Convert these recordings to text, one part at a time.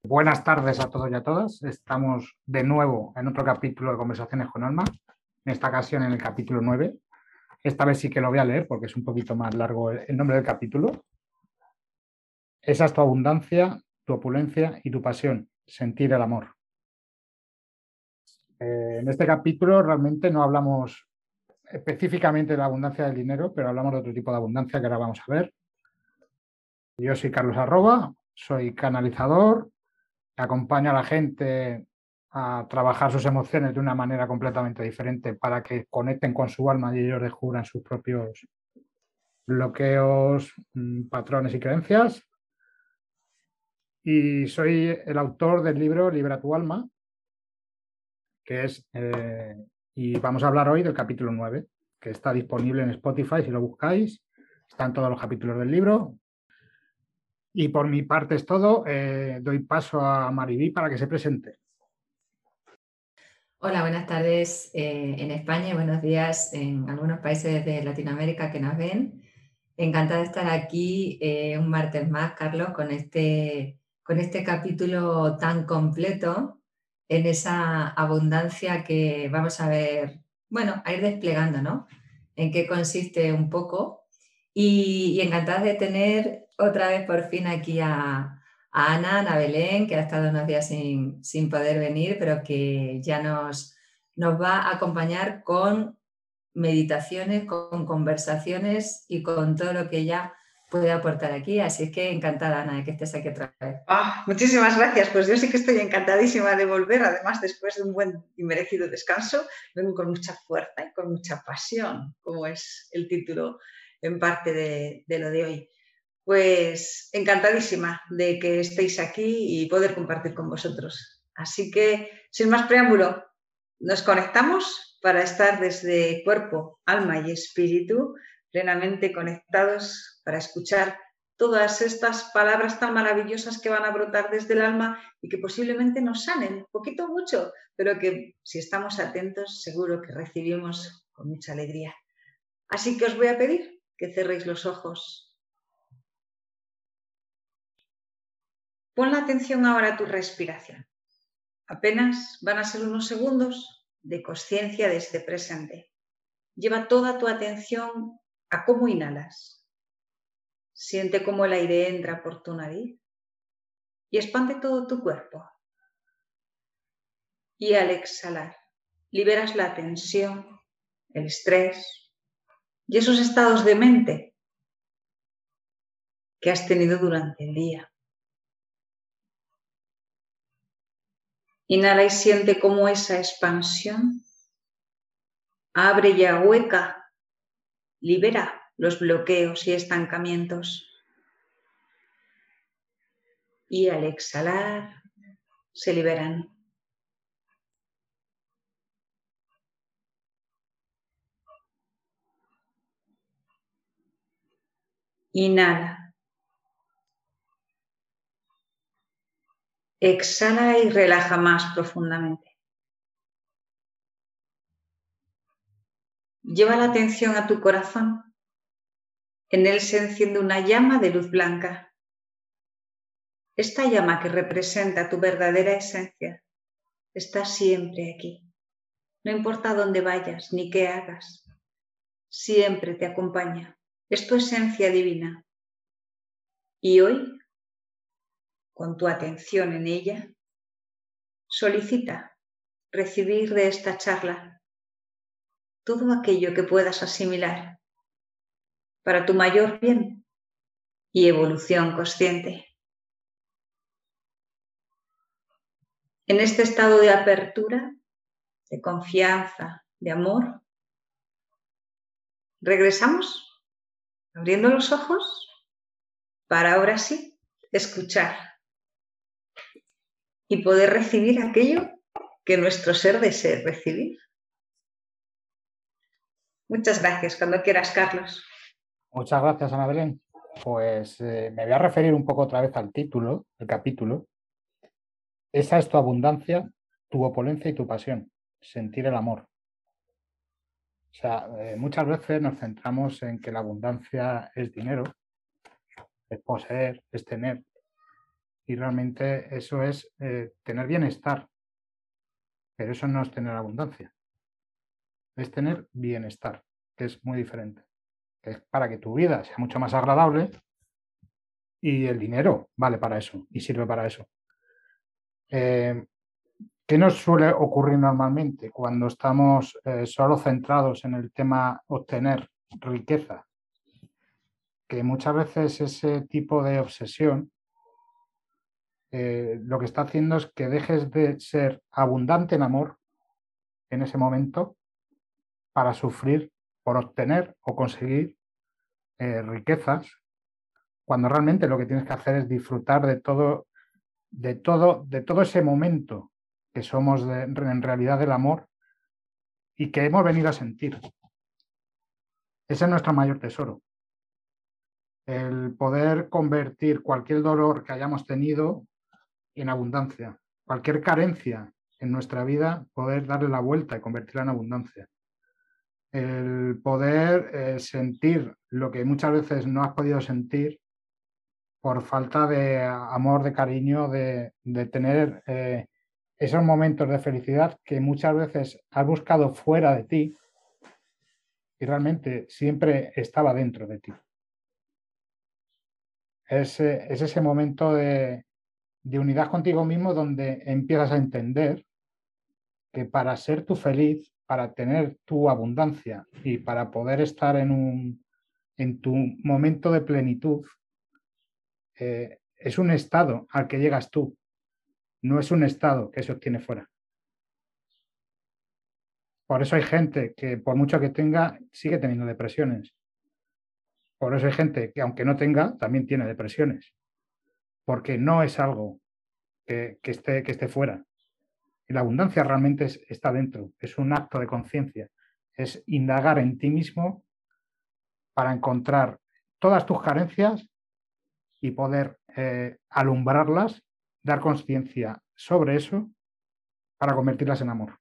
Buenas tardes a todos y a todas. Estamos de nuevo en otro capítulo de Conversaciones con Alma, en esta ocasión en el capítulo 9. Esta vez sí que lo voy a leer porque es un poquito más largo el nombre del capítulo. Esa es tu abundancia, tu opulencia y tu pasión, sentir el amor. En este capítulo realmente no hablamos específicamente de la abundancia del dinero, pero hablamos de otro tipo de abundancia que ahora vamos a ver. Yo soy Carlos Arroba, soy canalizador, acompaño a la gente a trabajar sus emociones de una manera completamente diferente para que conecten con su alma y ellos descubran sus propios bloqueos, patrones y creencias. Y soy el autor del libro Libera tu alma, que es, y vamos a hablar hoy del capítulo 9, que está disponible en Spotify si lo buscáis. Están todos los capítulos del libro. Y por mi parte es todo. Doy paso a Mariví para que se presente. Hola, buenas tardes en España y buenos días en algunos países de Latinoamérica que nos ven. Encantada de estar aquí un martes más, Carlos, con este capítulo tan completo en esa abundancia que vamos a ver, bueno, a ir desplegando, ¿no? En qué consiste un poco. Y encantada de tener otra vez por fin aquí a Ana Belén, que ha estado unos días sin poder venir, pero que ya nos va a acompañar con meditaciones, con conversaciones y con todo lo que ella puede aportar aquí. Así es que encantada, Ana, de que estés aquí otra vez. Muchísimas gracias. Pues yo sí que estoy encantadísima de volver. Además, después de un buen y merecido descanso, vengo con mucha fuerza y con mucha pasión, como es el título en parte de lo de hoy. Pues encantadísima de que estéis aquí y poder compartir con vosotros. Así que, sin más preámbulo, nos conectamos para estar desde cuerpo, alma y espíritu plenamente conectados para escuchar todas estas palabras tan maravillosas que van a brotar desde el alma y que posiblemente nos sanen, poquito o mucho, pero que si estamos atentos seguro que recibimos con mucha alegría. Así que os voy a pedir que cerréis los ojos. Pon la atención ahora a tu respiración. Apenas van a ser unos segundos de consciencia de este presente. Lleva toda tu atención a cómo inhalas. Siente cómo el aire entra por tu nariz y expande todo tu cuerpo. Y al exhalar, liberas la tensión, el estrés y esos estados de mente que has tenido durante el día. Inhala y siente cómo esa expansión abre y ahueca, libera los bloqueos y estancamientos. Y al exhalar, se liberan. Inhala. Exhala y relaja más profundamente. Lleva la atención a tu corazón. En él se enciende una llama de luz blanca. Esta llama que representa tu verdadera esencia está siempre aquí. No importa dónde vayas ni qué hagas, siempre te acompaña. Es tu esencia divina. Y hoy, con tu atención en ella, solicita recibir de esta charla todo aquello que puedas asimilar para tu mayor bien y evolución consciente. En este estado de apertura, de confianza, de amor, regresamos abriendo los ojos para ahora sí escuchar y poder recibir aquello que nuestro ser desea recibir. Muchas gracias. Cuando quieras, Carlos. Muchas gracias, Ana Belén. Pues me voy a referir un poco otra vez al título del capítulo. Esa es tu abundancia, tu opulencia y tu pasión, sentir el amor. O sea, muchas veces nos centramos en que la abundancia es dinero, es poseer, es tener. y realmente eso es tener bienestar, pero eso no es tener abundancia, es tener bienestar, que es muy diferente, que es para que tu vida sea mucho más agradable y el dinero vale para eso y sirve para eso. ¿Qué nos suele ocurrir normalmente cuando estamos solo centrados en el tema obtener riqueza? Que muchas veces ese tipo de obsesión lo que está haciendo es que dejes de ser abundante en amor en ese momento para sufrir por obtener o conseguir riquezas, cuando realmente lo que tienes que hacer es disfrutar de todo ese momento que somos en realidad del amor y que hemos venido a sentir. Ese es nuestro mayor tesoro. El poder convertir cualquier dolor que hayamos tenido en abundancia, cualquier carencia en nuestra vida, poder darle la vuelta y convertirla en abundancia. El poder sentir lo que muchas veces no has podido sentir por falta de amor, de cariño, de tener esos momentos de felicidad que muchas veces has buscado fuera de ti y realmente siempre estaba dentro de ti. Es ese momento de unidad contigo mismo donde empiezas a entender que para ser tú feliz, para tener tu abundancia y para poder estar en tu momento de plenitud, es un estado al que llegas tú, no es un estado que se obtiene fuera. Por eso hay gente que, por mucho que tenga, sigue teniendo depresiones. Por eso hay gente que, aunque no tenga, también tiene depresiones. Porque no es algo que esté fuera. Y la abundancia realmente está dentro. Es un acto de conciencia. Es indagar en ti mismo para encontrar todas tus carencias y poder alumbrarlas, dar conciencia sobre eso para convertirlas en amor.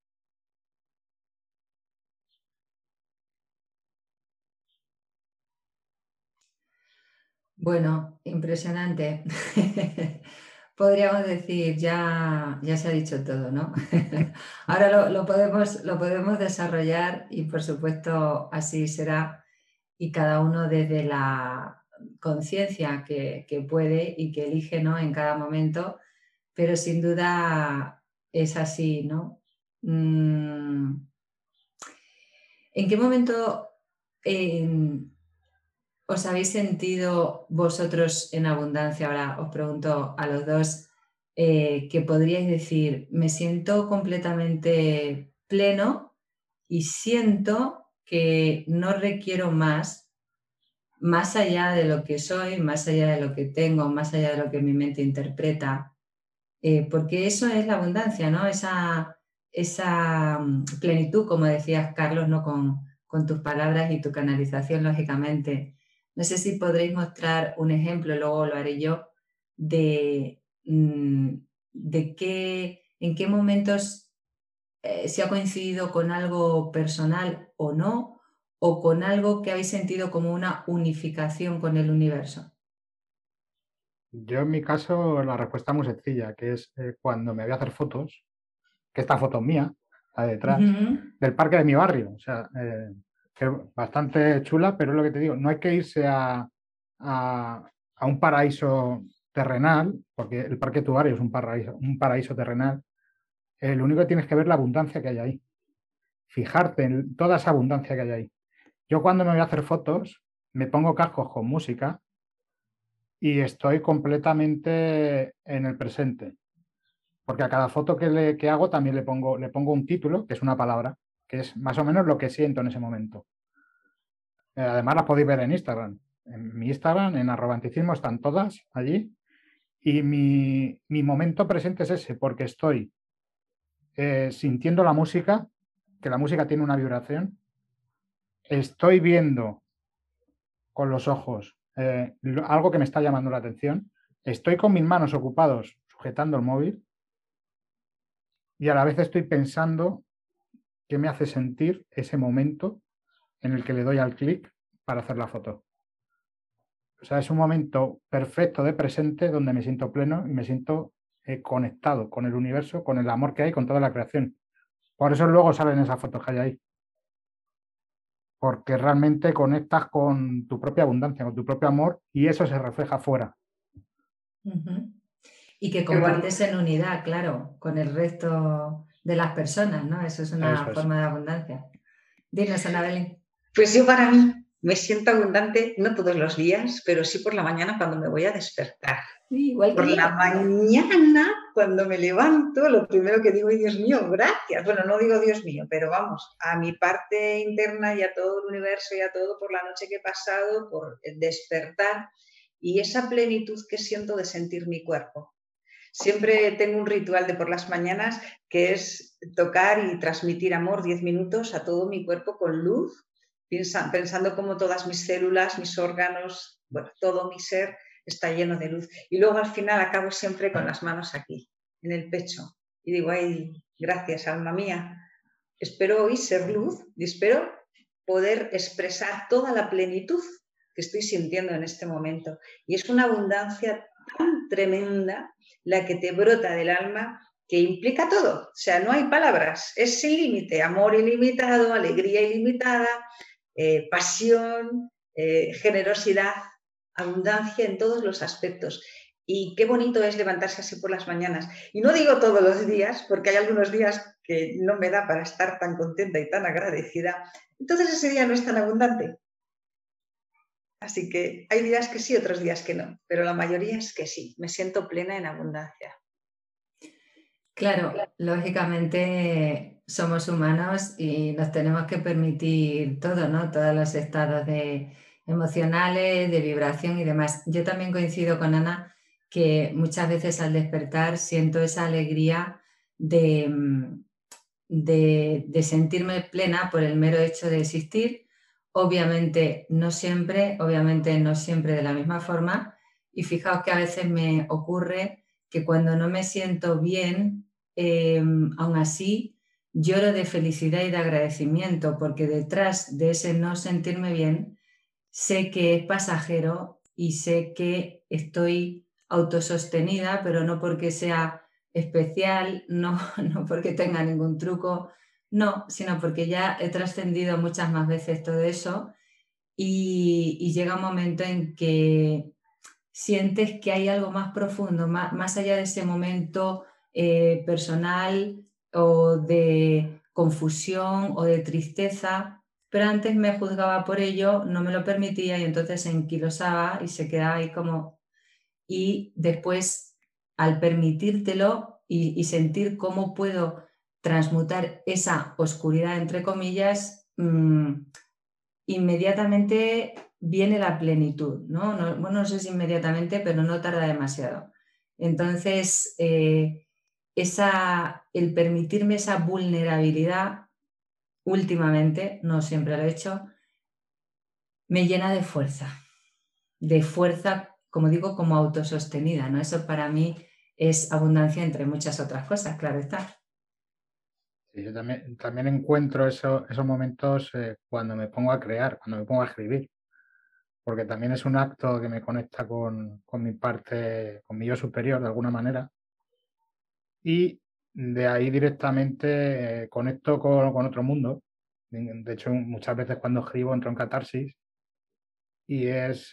Bueno, impresionante. Podríamos decir, ya se ha dicho todo, ¿no? Ahora lo podemos desarrollar y por supuesto así será y cada uno desde la conciencia que puede y que elige, ¿no? En cada momento, pero sin duda es así, ¿no? ¿En qué momento os habéis sentido vosotros en abundancia? Ahora os pregunto a los dos, que podríais decir, me siento completamente pleno y siento que no requiero más allá de lo que soy, más allá de lo que tengo, más allá de lo que mi mente interpreta, porque eso es la abundancia, ¿no? Esa plenitud, como decías, Carlos, ¿no? Con tus palabras y tu canalización, lógicamente. No sé si podréis mostrar un ejemplo, luego lo haré yo, de en qué momentos si ha coincidido con algo personal o no, o con algo que habéis sentido como una unificación con el universo. Yo en mi caso la respuesta es muy sencilla, que es cuando me voy a hacer fotos, que esta foto es mía, la de detrás, del parque de mi barrio. O sea, que es bastante chula, pero es lo que te digo, no hay que irse a un paraíso terrenal, porque el parque de tu barrio es un paraíso terrenal. Lo único que tienes que ver es la abundancia que hay ahí. Fijarte en toda esa abundancia que hay ahí. Yo cuando me voy a hacer fotos, me pongo cascos con música y estoy completamente en el presente. Porque a cada foto que hago también le pongo un título, que es una palabra, que es más o menos lo que siento en ese momento. Además las podéis ver en Instagram. En mi Instagram, en @anticismo, están todas allí. Y mi momento presente es ese, porque estoy sintiendo la música, que la música tiene una vibración. Estoy viendo con los ojos algo que me está llamando la atención. Estoy con mis manos ocupados sujetando el móvil y a la vez estoy pensando qué me hace sentir ese momento en el que le doy al clic para hacer la foto. O sea, es un momento perfecto de presente donde me siento pleno y me siento conectado con el universo, con el amor que hay, con toda la creación. Por eso luego salen esas fotos que hay ahí. Porque realmente conectas con tu propia abundancia, con tu propio amor y eso se refleja afuera. Y que compartes en unidad, claro, con el resto de las personas, ¿no? Eso es una forma de abundancia. Dinos, Ana Belén. Pues yo para mí me siento abundante, no todos los días, pero sí por la mañana cuando me voy a despertar. Igual por la mañana, cuando me levanto, lo primero que digo, ¡ay, Dios mío, gracias! Bueno, no digo Dios mío, pero vamos, a mi parte interna y a todo el universo y a todo por la noche que he pasado, por despertar y esa plenitud que siento de sentir mi cuerpo. Siempre tengo un ritual de por las mañanas que es tocar y transmitir amor 10 minutos a todo mi cuerpo con luz, pensando cómo todas mis células, mis órganos, bueno, todo mi ser está lleno de luz. Y luego al final acabo siempre con las manos aquí, en el pecho. Y digo, ay, gracias, alma mía. Espero hoy ser luz y espero poder expresar toda la plenitud que estoy sintiendo en este momento. Y es una abundancia tan tremenda la que te brota del alma que implica todo. O sea, no hay palabras, es sin límite, amor ilimitado, alegría ilimitada, pasión, generosidad, abundancia en todos los aspectos. Y qué bonito es levantarse así por las mañanas. Y no digo todos los días, porque hay algunos días que no me da para estar tan contenta y tan agradecida. Entonces ese día no es tan abundante. Así que hay días que sí, otros días que no, pero la mayoría es que sí, me siento plena en abundancia. Claro, lógicamente somos humanos y nos tenemos que permitir todo, ¿no? Todos los estados emocionales, de vibración y demás. Yo también coincido con Ana que muchas veces al despertar siento esa alegría de sentirme plena por el mero hecho de existir. Obviamente no siempre de la misma forma. Y fijaos que a veces me ocurre que cuando no me siento bien, aún así lloro de felicidad y de agradecimiento, porque detrás de ese no sentirme bien sé que es pasajero y sé que estoy autosostenida, pero no porque sea especial, no porque tenga ningún truco, no, sino porque ya he trascendido muchas más veces todo eso y llega un momento en que sientes que hay algo más profundo, más allá de ese momento personal o de confusión o de tristeza, pero antes me juzgaba por ello, no me lo permitía y entonces se enquilosaba y se quedaba ahí como... Y después, al permitírtelo y sentir cómo puedo transmutar esa oscuridad, entre comillas, inmediatamente viene la plenitud, ¿no? Bueno, no sé si inmediatamente, pero no tarda demasiado. Entonces, el permitirme esa vulnerabilidad, últimamente, no siempre lo he hecho, me llena de fuerza, como digo, como autosostenida, ¿no? Eso para mí es abundancia entre muchas otras cosas, claro está. Sí, yo también encuentro esos momentos cuando me pongo a crear, cuando me pongo a escribir, porque también es un acto que me conecta con mi parte, con mi yo superior de alguna manera, y de ahí directamente conecto con otro mundo. De hecho, muchas veces cuando escribo entro en catarsis y es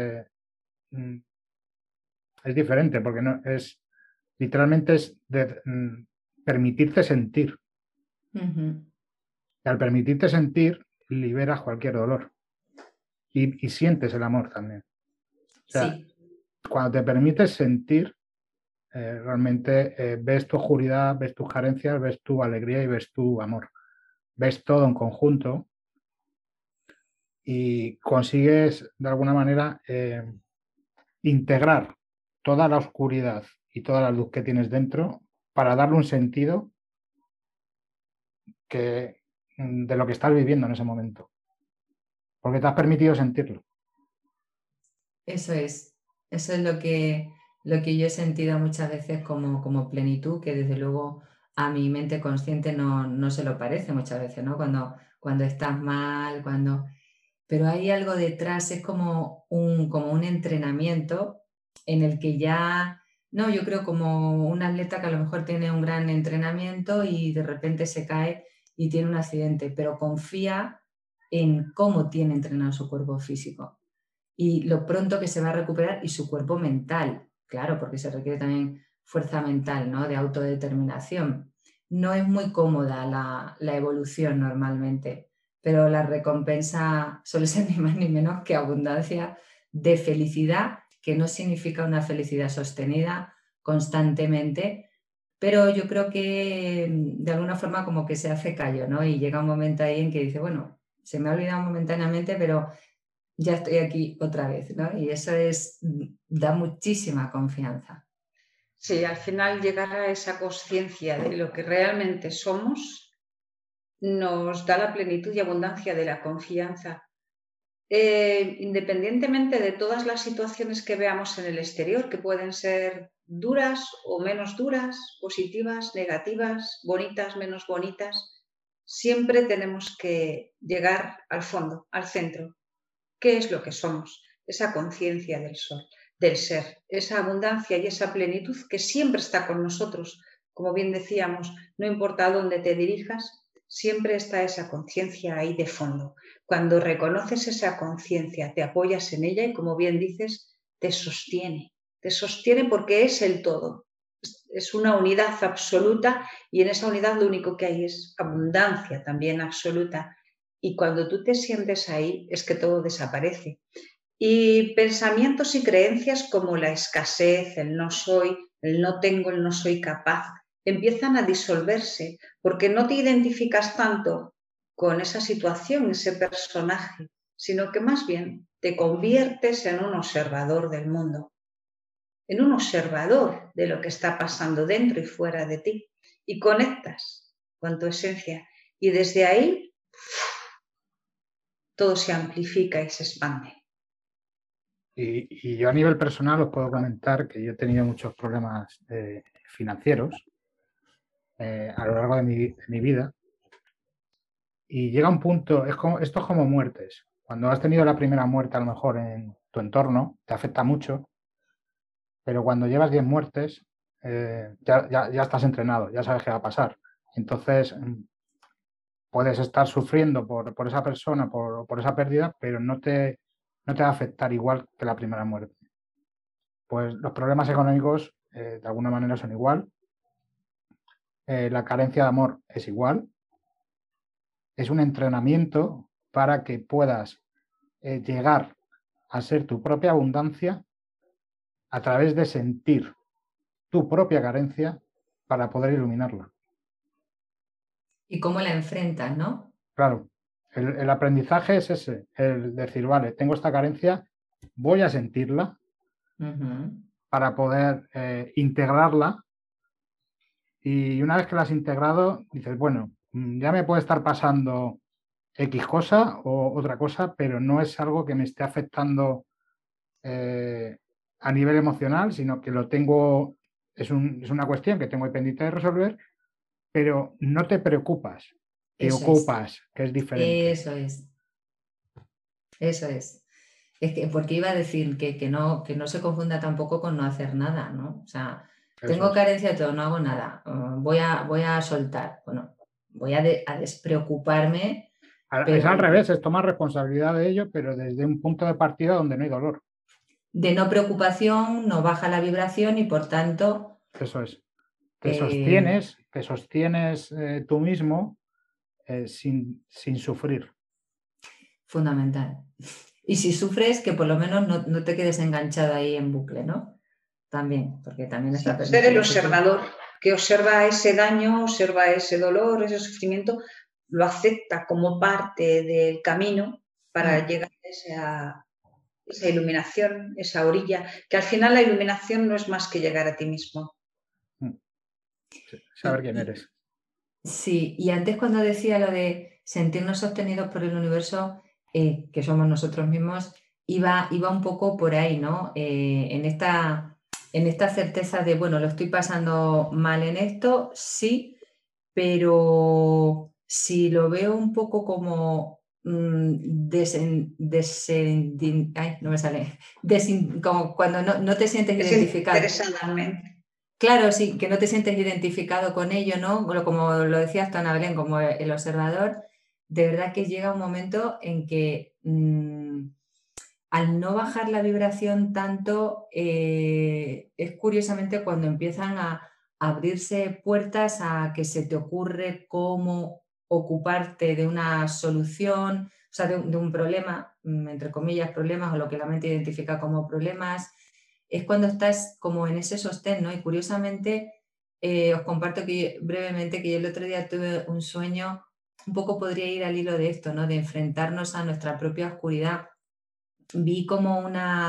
diferente, porque no es literalmente es permitirte sentir. Y al permitirte sentir, liberas cualquier dolor y sientes el amor también. O sea, sí. Cuando te permites sentir, realmente ves tu oscuridad, ves tus carencias, ves tu alegría y ves tu amor. Ves todo en conjunto y consigues de alguna manera integrar toda la oscuridad y toda la luz que tienes dentro para darle un sentido de lo que estás viviendo en ese momento. Porque te has permitido sentirlo. Eso es lo que yo he sentido muchas veces como plenitud, que desde luego a mi mente consciente no se lo parece muchas veces, ¿no? Cuando estás mal, pero hay algo detrás, es como un entrenamiento en el que ya, no, yo creo como un atleta que a lo mejor tiene un gran entrenamiento y de repente se cae y tiene un accidente, pero confía en cómo tiene entrenado su cuerpo físico y lo pronto que se va a recuperar y su cuerpo mental, claro, porque se requiere también fuerza mental, ¿no? De autodeterminación. No es muy cómoda la evolución normalmente, pero la recompensa suele ser ni más ni menos que abundancia de felicidad, que no significa una felicidad sostenida constantemente, pero yo creo que de alguna forma como que se hace callo, ¿no? Y llega un momento ahí en que dice, bueno, se me ha olvidado momentáneamente, pero ya estoy aquí otra vez, ¿no? Y eso da muchísima confianza. Sí, al final llegar a esa conciencia de lo que realmente somos nos da la plenitud y abundancia de la confianza. Independientemente de todas las situaciones que veamos en el exterior, que pueden ser duras o menos duras, positivas, negativas, bonitas, menos bonitas, siempre tenemos que llegar al fondo, al centro. ¿Qué es lo que somos? Esa conciencia del ser, esa abundancia y esa plenitud que siempre está con nosotros. Como bien decíamos, no importa a dónde te dirijas, siempre está esa conciencia ahí de fondo. Cuando reconoces esa conciencia, te apoyas en ella y, como bien dices, te sostiene porque es el todo. Es una unidad absoluta y en esa unidad lo único que hay es abundancia también absoluta. Y cuando tú te sientes ahí es que todo desaparece. Y pensamientos y creencias como la escasez, el no soy, el no tengo, el no soy capaz, empiezan a disolverse porque no te identificas tanto con esa situación, ese personaje, sino que más bien te conviertes en un observador del mundo, en un observador de lo que está pasando dentro y fuera de ti y conectas con tu esencia. Y desde ahí todo se amplifica y se expande. Y yo a nivel personal os puedo comentar que yo he tenido muchos problemas financieros a lo largo de mi vida y llega un punto, esto es como muertes. Cuando has tenido la primera muerte a lo mejor en tu entorno, te afecta mucho, pero cuando llevas 10 muertes ya estás entrenado, ya sabes qué va a pasar. Entonces puedes estar sufriendo por esa persona, por esa pérdida, pero no te va a afectar igual que la primera muerte. Pues los problemas económicos de alguna manera son igual, la carencia de amor es igual, es un entrenamiento para que puedas llegar a ser tu propia abundancia a través de sentir tu propia carencia para poder iluminarla. Y cómo la enfrentas, ¿no? Claro, el aprendizaje es ese, el decir, vale, tengo esta carencia, voy a sentirla para poder integrarla y una vez que la has integrado, dices, bueno, ya me puede estar pasando X cosa o otra cosa, pero no es algo que me esté afectando a nivel emocional, sino que lo tengo, es una cuestión que tengo pendiente de resolver, pero no te preocupas, te ocupas, que es diferente. Eso es. Eso es. Es que, porque iba a decir que no se confunda tampoco con no hacer nada, ¿no? O sea, tengo carencia de todo, no hago nada, voy a soltar, bueno, voy a despreocuparme. Es al revés, es tomar responsabilidad de ello, pero desde un punto de partida donde no hay dolor. De no preocupación, no baja la vibración y por tanto... Eso es. Te sostienes tú mismo sin sufrir. Fundamental. Y si sufres, que por lo menos no te quedes enganchado ahí en bucle, ¿no? También, porque también está... Ser el observador, que observa ese daño, observa ese dolor, ese sufrimiento, lo acepta como parte del camino para llegar a esa iluminación, esa orilla, que al final la iluminación no es más que llegar a ti mismo. Saber quién eres. Sí, y antes cuando decía lo de sentirnos sostenidos por el universo, que somos nosotros mismos, iba un poco por ahí, ¿no? En esta certeza de, bueno, lo estoy pasando mal en esto, sí, pero si lo veo un poco como no me sale, como cuando no te sientes identificado. Desinteresadamente. Claro, sí, que no te sientes identificado con ello, ¿no? Como lo decías tú, Ana Belén, como el observador, de verdad que llega un momento en que al no bajar la vibración tanto, es curiosamente cuando empiezan a abrirse puertas a que se te ocurre cómo ocuparte de una solución, o sea, de un problema, entre comillas, problemas, o lo que la mente identifica como problemas. Es cuando estás como en ese sostén, ¿no? Y curiosamente, os comparto brevemente que yo el otro día tuve un sueño, un poco podría ir al hilo de esto, ¿no? De enfrentarnos a nuestra propia oscuridad. Vi como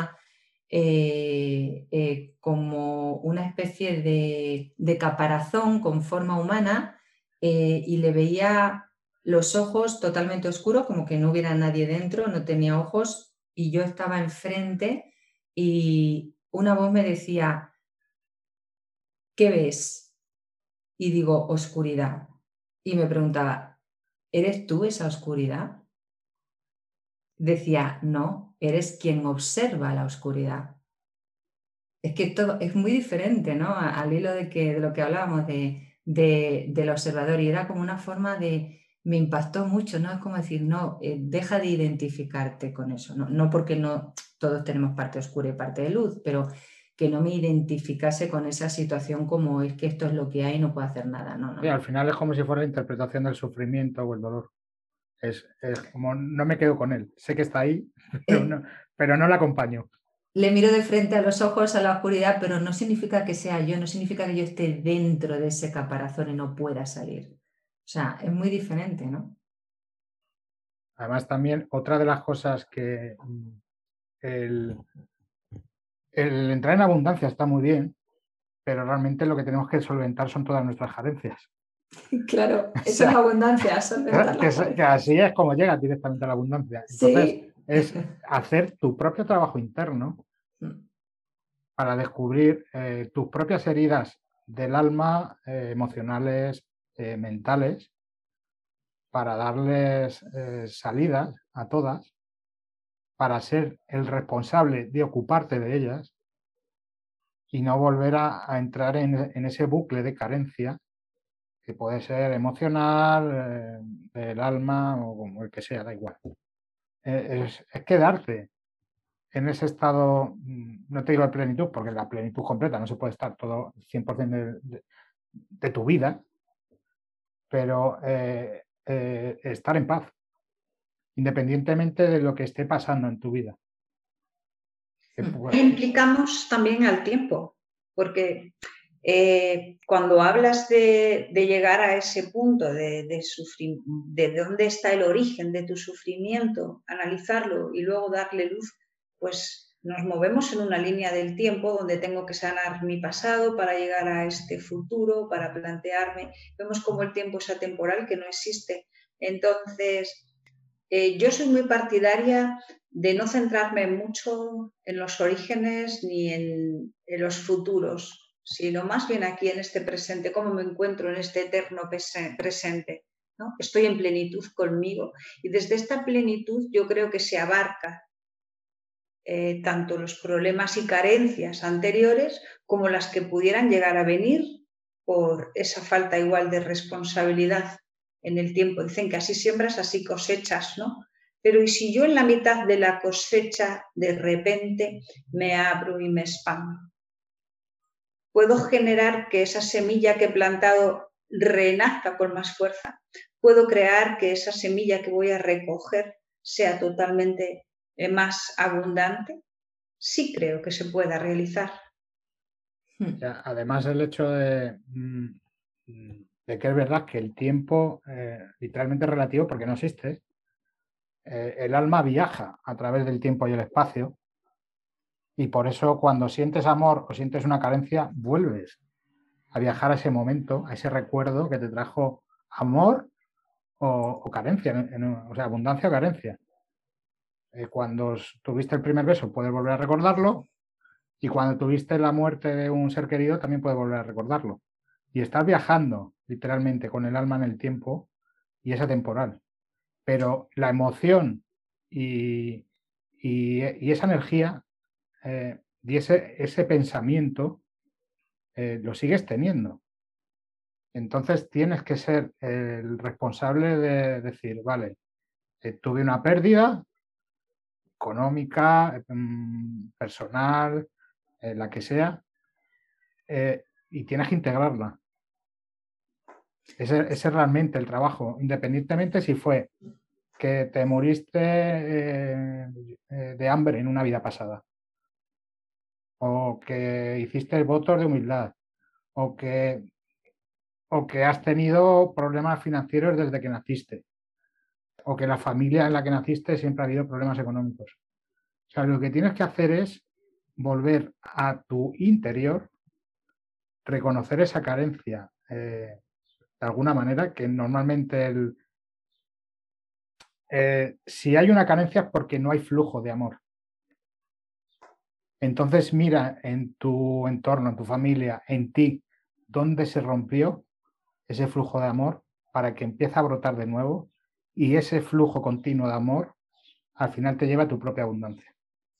como una especie de caparazón con forma humana, y le veía los ojos totalmente oscuros, como que no hubiera nadie dentro, no tenía ojos, y yo estaba enfrente y una voz me decía, ¿qué ves? Y digo, oscuridad. Y me preguntaba, ¿eres tú esa oscuridad? Decía, no, eres quien observa la oscuridad. Es que todo es muy diferente, ¿no? Al hilo de lo que hablábamos del observador, y era como una forma me impactó mucho, ¿no? Es como decir, no, deja de identificarte con eso, no porque no todos tenemos parte oscura y parte de luz, pero que no me identificase con esa situación como es que esto es lo que hay y no puedo hacer nada, no. Sí, al final es como si fuera la interpretación del sufrimiento o el dolor. Es como no me quedo con él, sé que está ahí, pero no le acompaño. Le miro de frente a los ojos a la oscuridad, pero no significa que sea yo, no significa que yo esté dentro de ese caparazón y no pueda salir. O sea, es muy diferente, ¿no? Además, también otra de las cosas que el entrar en abundancia está muy bien, pero realmente lo que tenemos que solventar son todas nuestras carencias. Claro, eso es abundancia, solventar que así es como llegas directamente a la abundancia. Entonces, sí. Es hacer tu propio trabajo interno para descubrir tus propias heridas del alma, emocionales, mentales, para darles salidas a todas, para ser el responsable de ocuparte de ellas y no volver a entrar en ese bucle de carencia que puede ser emocional, del alma o como el que sea, da igual. Es quedarte en ese estado, no te digo de plenitud, porque la plenitud completa no se puede estar todo 100% de tu vida, pero estar en paz, independientemente de lo que esté pasando en tu vida. Implicamos también al tiempo, porque cuando hablas de llegar a ese punto de dónde está el origen de tu sufrimiento, analizarlo y luego darle luz, pues nos movemos en una línea del tiempo donde tengo que sanar mi pasado para llegar a este futuro, para plantearme. Vemos como el tiempo es atemporal, que no existe. Entonces, yo soy muy partidaria de no centrarme mucho en los orígenes ni en los futuros, sino más bien aquí en este presente, cómo me encuentro en este eterno presente, ¿no? Estoy en plenitud conmigo y desde esta plenitud yo creo que se abarca tanto los problemas y carencias anteriores como las que pudieran llegar a venir por esa falta igual de responsabilidad en el tiempo. Dicen que así siembras, así cosechas, ¿no? Pero ¿y si yo en la mitad de la cosecha de repente me abro y me expando? ¿Puedo generar que esa semilla que he plantado renazca con más fuerza? ¿Puedo crear que esa semilla que voy a recoger sea totalmente más abundante? Sí creo que se pueda realizar. Además, el hecho de que es verdad que el tiempo literalmente es relativo porque no existe. El alma viaja a través del tiempo y el espacio y por eso cuando sientes amor o sientes una carencia, vuelves a viajar a ese momento, a ese recuerdo que te trajo amor o carencia, o sea, abundancia o carencia. Cuando tuviste el primer beso puedes volver a recordarlo y cuando tuviste la muerte de un ser querido también puedes volver a recordarlo. Y estás viajando literalmente con el alma en el tiempo y es atemporal. pero la emoción y esa energía y ese pensamiento lo sigues teniendo. Entonces tienes que ser el responsable de decir, vale, tuve una pérdida económica, personal, la que sea, y tienes que integrarla. Ese es realmente el trabajo, independientemente si fue que te moriste de hambre en una vida pasada, o que hiciste votos de humildad, o que has tenido problemas financieros desde que naciste, o que la familia en la que naciste siempre ha habido problemas económicos. O sea, lo que tienes que hacer es volver a tu interior, reconocer esa carencia de alguna manera, que normalmente si hay una carencia es porque no hay flujo de amor. Entonces mira en tu entorno, en tu familia, en ti, dónde se rompió ese flujo de amor para que empiece a brotar de nuevo, y ese flujo continuo de amor al final te lleva a tu propia abundancia.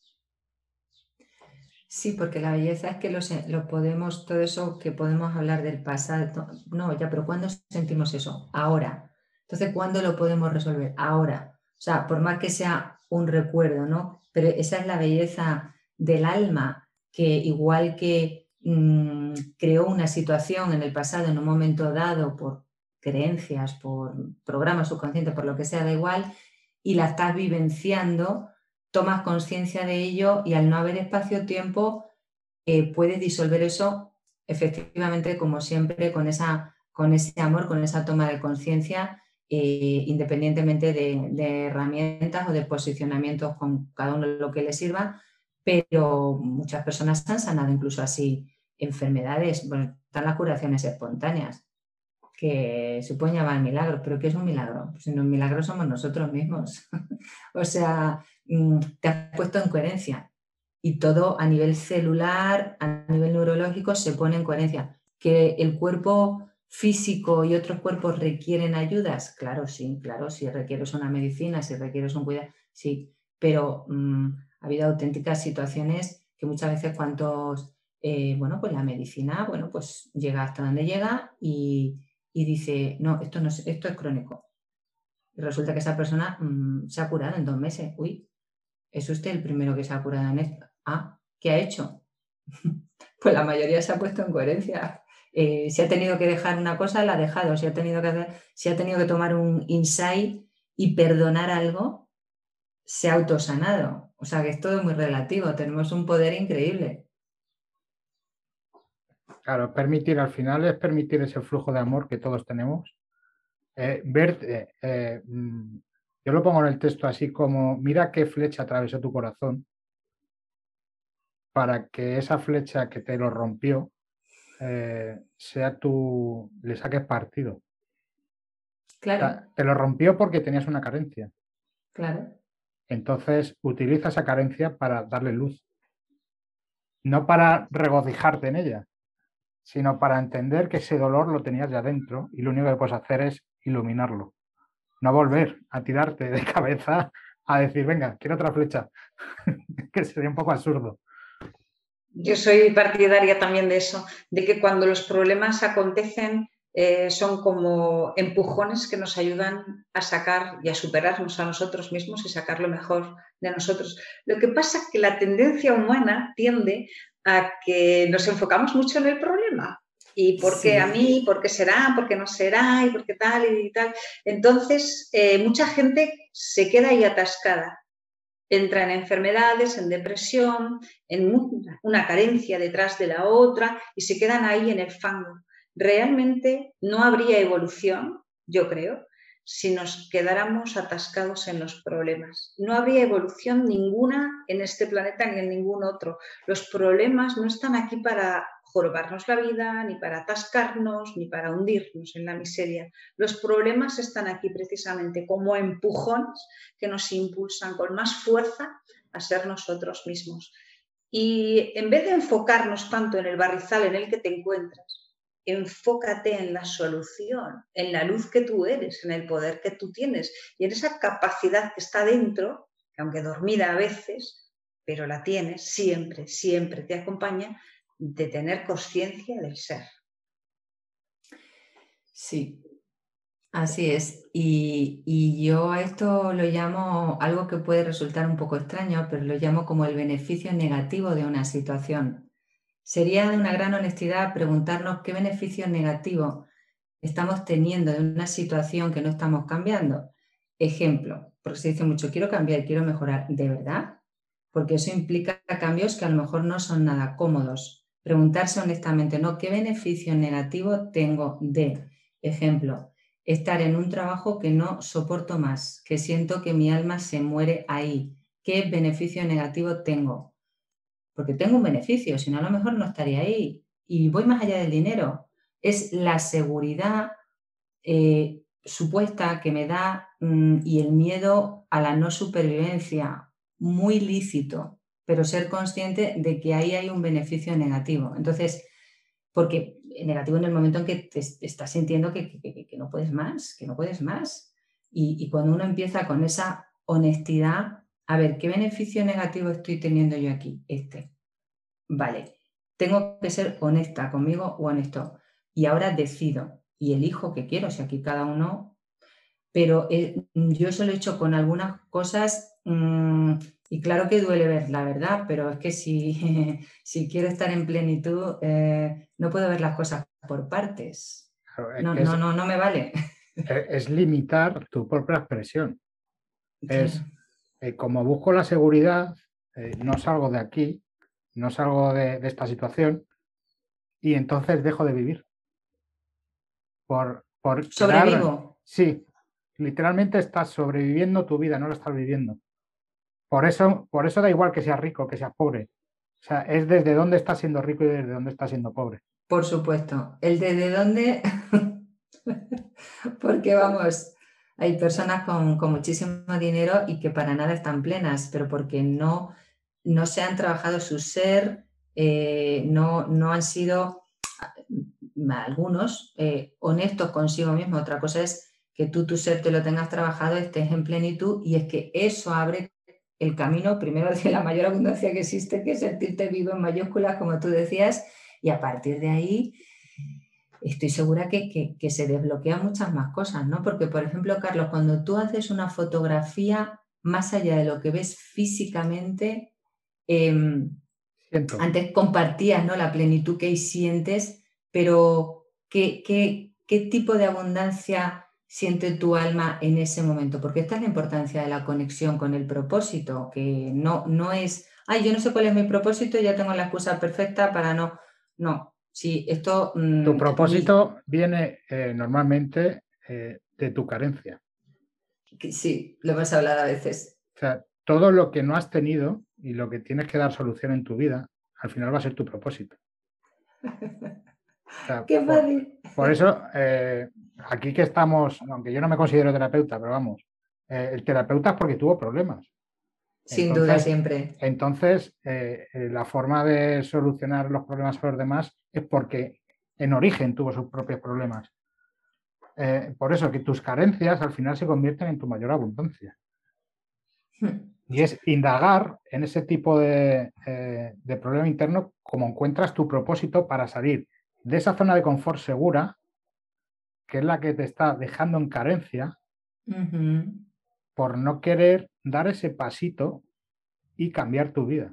Sí, porque la belleza es que lo podemos, todo eso que podemos hablar del pasado, no, ya, pero ¿cuándo sentimos eso? Ahora. Entonces, ¿cuándo lo podemos resolver? Ahora. O sea, por más que sea un recuerdo, ¿no? Pero esa es la belleza del alma, que igual que creó una situación en el pasado, en un momento dado, por creencias, por programas subconscientes, por lo que sea, da igual, y la estás vivenciando, tomas conciencia de ello y al no haber espacio-tiempo puedes disolver eso efectivamente, como siempre, con ese amor, con esa toma de conciencia, independientemente de herramientas o de posicionamientos con cada uno lo que les sirva, pero muchas personas han sanado incluso así enfermedades. Bueno, están las curaciones espontáneas, que se pueden llamar milagros, pero ¿qué es un milagro? Pues un milagro somos nosotros mismos. O sea, te has puesto en coherencia y todo a nivel celular, a nivel neurológico se pone en coherencia. ¿Que el cuerpo físico y otros cuerpos requieren ayudas? Claro, si requieres una medicina, si requieres un cuidado, sí, pero ha habido auténticas situaciones que muchas veces bueno, pues la medicina, bueno, pues llega hasta donde llega y dice, no, esto es crónico. Y resulta que esa persona se ha curado en 2 meses. Uy, ¿es usted el primero que se ha curado en esto? Ah, ¿qué ha hecho? Pues la mayoría se ha puesto en coherencia. Si ha tenido que dejar una cosa, la ha dejado. Si ha tenido que tomar un insight y perdonar algo, se ha autosanado. O sea que es todo muy relativo. Tenemos un poder increíble. Claro, permitir al final es permitir ese flujo de amor que todos tenemos. Yo lo pongo en el texto así como, mira qué flecha atravesó tu corazón para que esa flecha que te lo rompió le saques partido. Claro. Te lo rompió porque tenías una carencia. Claro. Entonces utiliza esa carencia para darle luz. No para regocijarte en ella, sino para entender que ese dolor lo tenías ya dentro y lo único que puedes hacer es iluminarlo. No volver a tirarte de cabeza a decir, venga, quiero otra flecha, que sería un poco absurdo. Yo soy partidaria también de eso, de que cuando los problemas acontecen son como empujones que nos ayudan a sacar y a superarnos a nosotros mismos y sacar lo mejor de nosotros. Lo que pasa es que la tendencia humana tiende a que nos enfocamos mucho en el problema. ¿Y por qué a mí? ¿Por qué será? ¿Por qué no será? ¿Y por qué tal y tal? Entonces, mucha gente se queda ahí atascada. Entra en enfermedades, en depresión, en una carencia detrás de la otra y se quedan ahí en el fango. Realmente no habría evolución, yo creo, si nos quedáramos atascados en los problemas. No habría evolución ninguna en este planeta ni en ningún otro. Los problemas no están aquí para jorobarnos la vida, ni para atascarnos, ni para hundirnos en la miseria. Los problemas están aquí precisamente como empujones que nos impulsan con más fuerza a ser nosotros mismos. Y en vez de enfocarnos tanto en el barrizal en el que te encuentras enfócate en la solución, en la luz que tú eres, en el poder que tú tienes y en esa capacidad que está dentro, que aunque dormida a veces, pero la tienes, siempre, siempre te acompaña, de tener conciencia del ser. Sí, así es. Y yo a esto lo llamo algo que puede resultar un poco extraño, pero lo llamo como el beneficio negativo de una situación. Sería de una gran honestidad preguntarnos qué beneficio negativo estamos teniendo de una situación que no estamos cambiando. Ejemplo, porque se dice mucho, quiero cambiar, quiero mejorar. ¿De verdad? Porque eso implica cambios que a lo mejor no son nada cómodos. Preguntarse honestamente, ¿no? ¿Qué beneficio negativo tengo de, ejemplo, estar en un trabajo que no soporto más, que siento que mi alma se muere ahí? ¿Qué beneficio negativo tengo? Porque tengo un beneficio, si no a lo mejor no estaría ahí. Y voy más allá del dinero. Es la seguridad supuesta que me da y el miedo a la no supervivencia, muy lícito, pero ser consciente de que ahí hay un beneficio negativo. Entonces, porque negativo en el momento en que te estás sintiendo que no puedes más, que no puedes más. Y cuando uno empieza con esa honestidad, a ver, ¿qué beneficio negativo estoy teniendo yo aquí? Vale, tengo que ser honesta conmigo o honesto. Y ahora decido y elijo qué quiero, si aquí cada uno, pero yo eso lo he hecho con algunas cosas y claro que duele ver la verdad, pero es que si, si quiero estar en plenitud, no puedo ver las cosas por partes. Claro, No me vale. Es limitar tu propia expresión. Es Claro. como busco la seguridad, no salgo de aquí, no salgo de esta situación y entonces dejo de vivir. Por Sobrevivo. Sí, literalmente estás sobreviviendo tu vida, no la estás viviendo. Por eso da igual que seas rico, que seas pobre. O sea, es desde dónde estás siendo rico y desde dónde estás siendo pobre. Por supuesto. El desde dónde, porque vamos, hay personas con muchísimo dinero y que para nada están plenas, pero porque no se han trabajado su ser, no han sido algunos honestos consigo mismo. Otra cosa es que tú tu ser te lo tengas trabajado, estés en plenitud y es que eso abre el camino primero de la mayor abundancia que existe, que es sentirte vivo en mayúsculas, como tú decías, y a partir de ahí estoy segura que se desbloquean muchas más cosas, ¿no? Porque, por ejemplo, Carlos, cuando tú haces una fotografía más allá de lo que ves físicamente, antes compartías, ¿no?, la plenitud que sientes, pero ¿qué tipo de abundancia siente tu alma en ese momento? Porque esta es la importancia de la conexión con el propósito, que no es, ay, yo no sé cuál es mi propósito, ya tengo la excusa perfecta para no. No, sí, esto... Tu propósito viene normalmente de tu carencia. Sí, lo hemos hablado a veces. O sea, todo lo que no has tenido y lo que tienes que dar solución en tu vida, al final va a ser tu propósito. O sea, ¡Qué fácil! Por eso, aquí que estamos, aunque yo no me considero terapeuta, pero vamos, el terapeuta es porque tuvo problemas. Sin duda, siempre. Entonces, la forma de solucionar los problemas a los demás es porque en origen tuvo sus propios problemas. Por eso que tus carencias al final se convierten en tu mayor abundancia. Y es indagar en ese tipo de problema interno como encuentras tu propósito para salir de esa zona de confort segura, que es la que te está dejando en carencia, por no querer dar ese pasito y cambiar tu vida.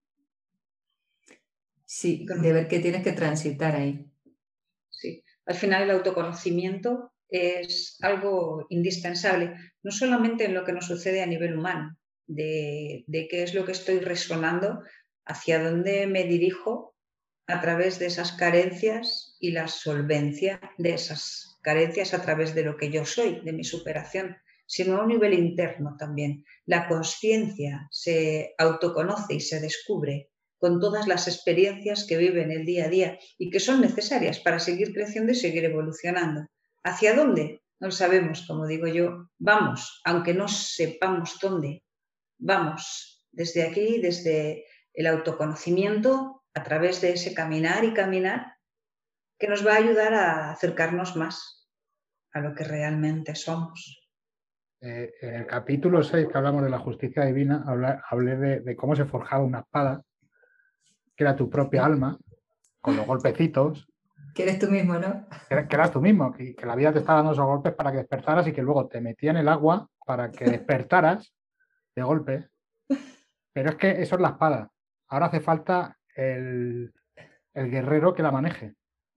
Sí, de ver que tienes que transitar ahí. Sí, al final el autoconocimiento es algo indispensable, no solamente en lo que nos sucede a nivel humano, de qué es lo que estoy resonando, hacia dónde me dirijo a través de esas carencias y la solvencia de esas carencias a través de lo que yo soy, de mi superación, sino a un nivel interno también. La consciencia se autoconoce y se descubre con todas las experiencias que vive en el día a día y que son necesarias para seguir creciendo y seguir evolucionando. ¿Hacia dónde? No lo sabemos, como digo yo. Vamos, aunque no sepamos dónde. Vamos, desde aquí, desde el autoconocimiento, a través de ese caminar y caminar, que nos va a ayudar a acercarnos más a lo que realmente somos. En el capítulo 6, que hablamos de la justicia divina, hablé de cómo se forjaba una espada, que era tu propia alma, con los golpecitos. Que eres tú mismo, ¿no? Que eras tú mismo, que la vida te estaba dando esos golpes para que despertaras y que luego te metía en el agua para que despertaras de golpe. Pero es que eso es la espada. Ahora hace falta el guerrero que la maneje.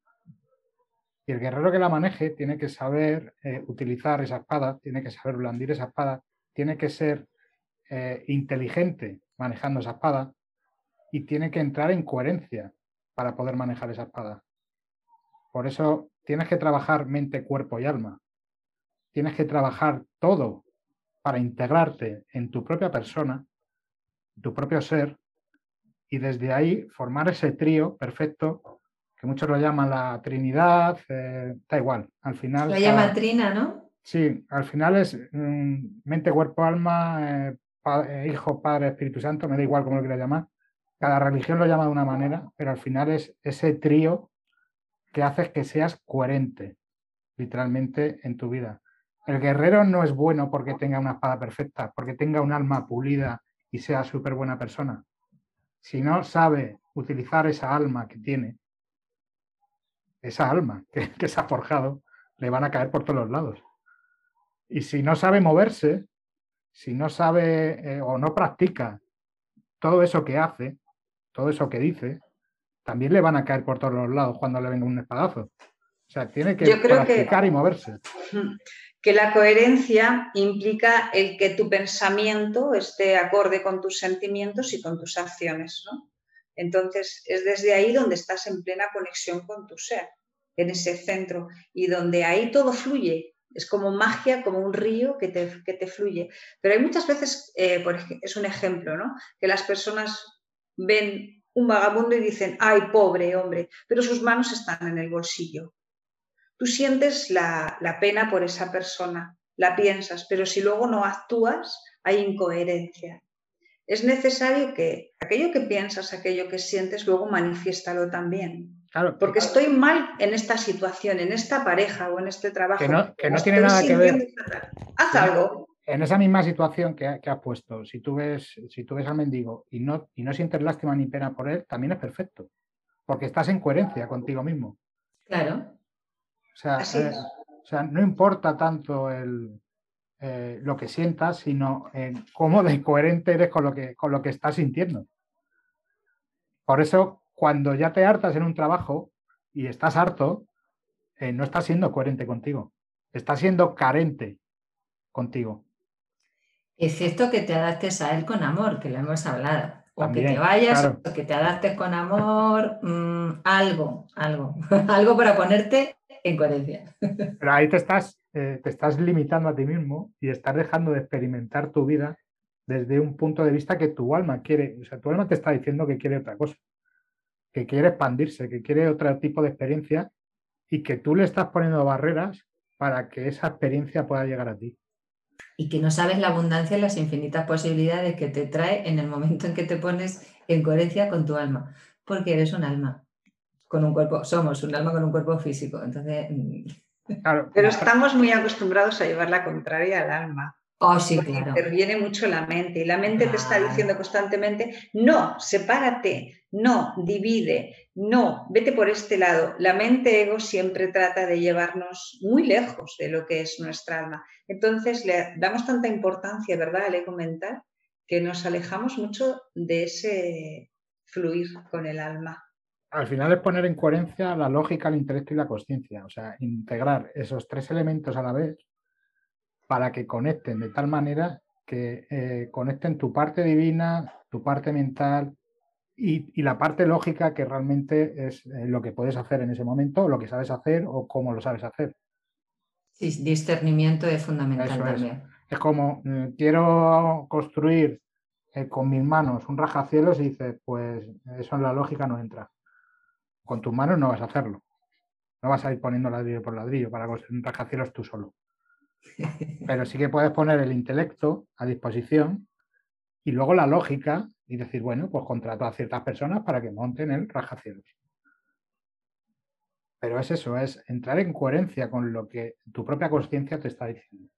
Y el guerrero que la maneje tiene que saber utilizar esa espada, tiene que saber blandir esa espada, tiene que ser inteligente manejando esa espada y tiene que entrar en coherencia para poder manejar esa espada. Por eso tienes que trabajar mente, cuerpo y alma. Tienes que trabajar todo para integrarte en tu propia persona, tu propio ser, y desde ahí formar ese trío perfecto, que muchos lo llaman la Trinidad, da igual, al final... La llama Trina, ¿no? Sí, al final es mente, cuerpo, alma, hijo, padre, Espíritu Santo, me da igual cómo lo quieras llamar. Cada religión lo llama de una manera, pero al final es ese trío que hace que seas coherente, literalmente, en tu vida. El guerrero no es bueno porque tenga una espada perfecta, porque tenga un alma pulida y sea súper buena persona. Si no sabe utilizar esa alma que tiene, esa alma que se ha forjado, le van a caer por todos los lados. Y si no sabe moverse, si no sabe o no practica todo eso que hace, todo eso que dice, también le van a caer por todos los lados cuando le venga un espadazo. O sea, tiene que practicar y moverse. Que la coherencia implica el que tu pensamiento esté acorde con tus sentimientos y con tus acciones, ¿no? Entonces, es desde ahí donde estás en plena conexión con tu ser, en ese centro, y donde ahí todo fluye. Es como magia, como un río que te fluye. Pero hay muchas veces, es un ejemplo, ¿no? Que las personas ven un vagabundo y dicen, ¡ay, pobre hombre! Pero sus manos están en el bolsillo. Tú sientes la pena por esa persona, la piensas, pero si luego no actúas, hay incoherencia. Es necesario que aquello que piensas, aquello que sientes, luego manifiéstalo también. Claro, porque estoy mal en esta situación, en esta pareja o en este trabajo. Que no tiene nada que ver. Haz algo. En esa misma situación que has puesto, si tú ves al mendigo y no sientes lástima ni pena por él, también es perfecto. Porque estás en coherencia contigo mismo. Claro. O sea, no importa tanto lo que sientas, sino cómo de coherente eres con lo que estás sintiendo. Por eso, cuando ya te hartas en un trabajo y estás harto, no estás siendo coherente contigo. Estás siendo carente contigo. Es cierto que te adaptes a él con amor, que lo hemos hablado. O También, que te vayas, claro. o que te adaptes con amor, algo algo para ponerte en coherencia. Pero ahí te estás limitando a ti mismo y estás dejando de experimentar tu vida desde un punto de vista que tu alma quiere. O sea, tu alma te está diciendo que quiere otra cosa, que quiere expandirse, que quiere otro tipo de experiencia y que tú le estás poniendo barreras para que esa experiencia pueda llegar a ti. Y que no sabes la abundancia y las infinitas posibilidades que te trae en el momento en que te pones en coherencia con tu alma, porque eres un alma con un cuerpo, somos un alma con un cuerpo físico, entonces... Claro, pero estamos muy acostumbrados a llevar la contraria al alma. Oh, sí, claro. Interviene mucho la mente y la mente te está diciendo constantemente, no, sepárate, no, divide, no, vete por este lado. La mente ego siempre trata de llevarnos muy lejos de lo que es nuestra alma. Entonces le damos tanta importancia, ¿verdad?, al ego mental, que nos alejamos mucho de ese fluir con el alma. Al final es poner en coherencia la lógica, el intelecto y la consciencia. O sea, integrar esos tres elementos a la vez para que conecten de tal manera que conecten tu parte divina, tu parte mental y la parte lógica, que realmente es lo que puedes hacer en ese momento, lo que sabes hacer o cómo lo sabes hacer. Sí, discernimiento es fundamental. Eso también. Es como, quiero construir con mis manos un rascacielos y dices, pues eso en la lógica no entra. Con tus manos no vas a hacerlo. No vas a ir poniendo ladrillo por ladrillo para construir un rascacielos tú solo. Pero sí que puedes poner el intelecto a disposición y luego la lógica y decir, bueno, pues contrato a ciertas personas para que monten el rascacielos. Pero es eso, es entrar en coherencia con lo que tu propia conciencia te está diciendo.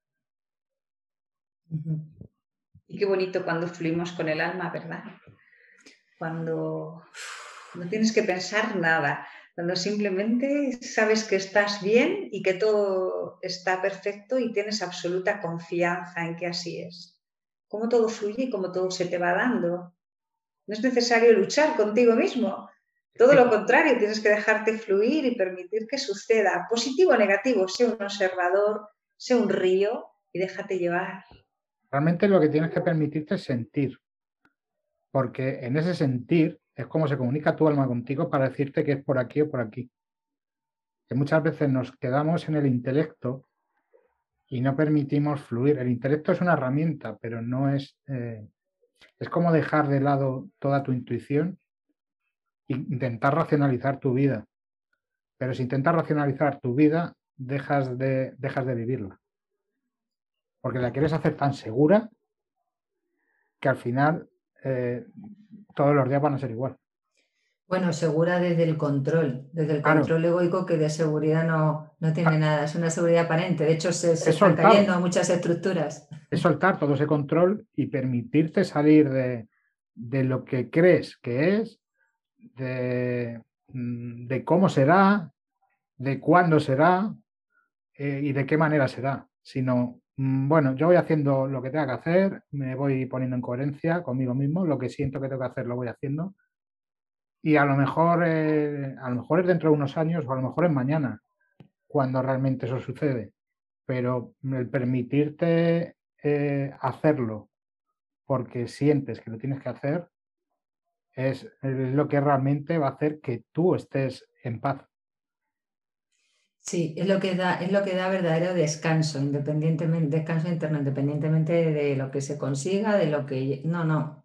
Y qué bonito cuando fluimos con el alma, ¿verdad? Cuando no tienes que pensar nada, cuando simplemente sabes que estás bien y que todo está perfecto y tienes absoluta confianza en que así es. Cómo todo fluye y cómo todo se te va dando. No es necesario luchar contigo mismo. Todo lo contrario, tienes que dejarte fluir y permitir que suceda, positivo o negativo, sé un observador, sé un río y déjate llevar. Realmente lo que tienes que permitirte es sentir, porque en ese sentir es como se comunica tu alma contigo para decirte que es por aquí o por aquí. Que muchas veces nos quedamos en el intelecto y no permitimos fluir. El intelecto es una herramienta, pero no es... es como dejar de lado toda tu intuición e intentar racionalizar tu vida. Pero si intentas racionalizar tu vida, dejas de vivirla. Porque la quieres hacer tan segura que al final todos los días van a ser igual. Bueno, segura desde el control egoico, que de seguridad no tiene nada, es una seguridad aparente. De hecho, se están cayendo muchas estructuras. Es soltar todo ese control y permitirte salir de lo que crees que es, de cómo será, de cuándo será y de qué manera será. Sino, bueno, yo voy haciendo lo que tenga que hacer, me voy poniendo en coherencia conmigo mismo, lo que siento que tengo que hacer lo voy haciendo. Y a lo mejor es dentro de unos años o a lo mejor es mañana cuando realmente eso sucede. Pero el permitirte hacerlo porque sientes que lo tienes que hacer es lo que realmente va a hacer que tú estés en paz. Sí, es lo que da verdadero descanso, descanso interno, independientemente de lo que se consiga, de lo que... No.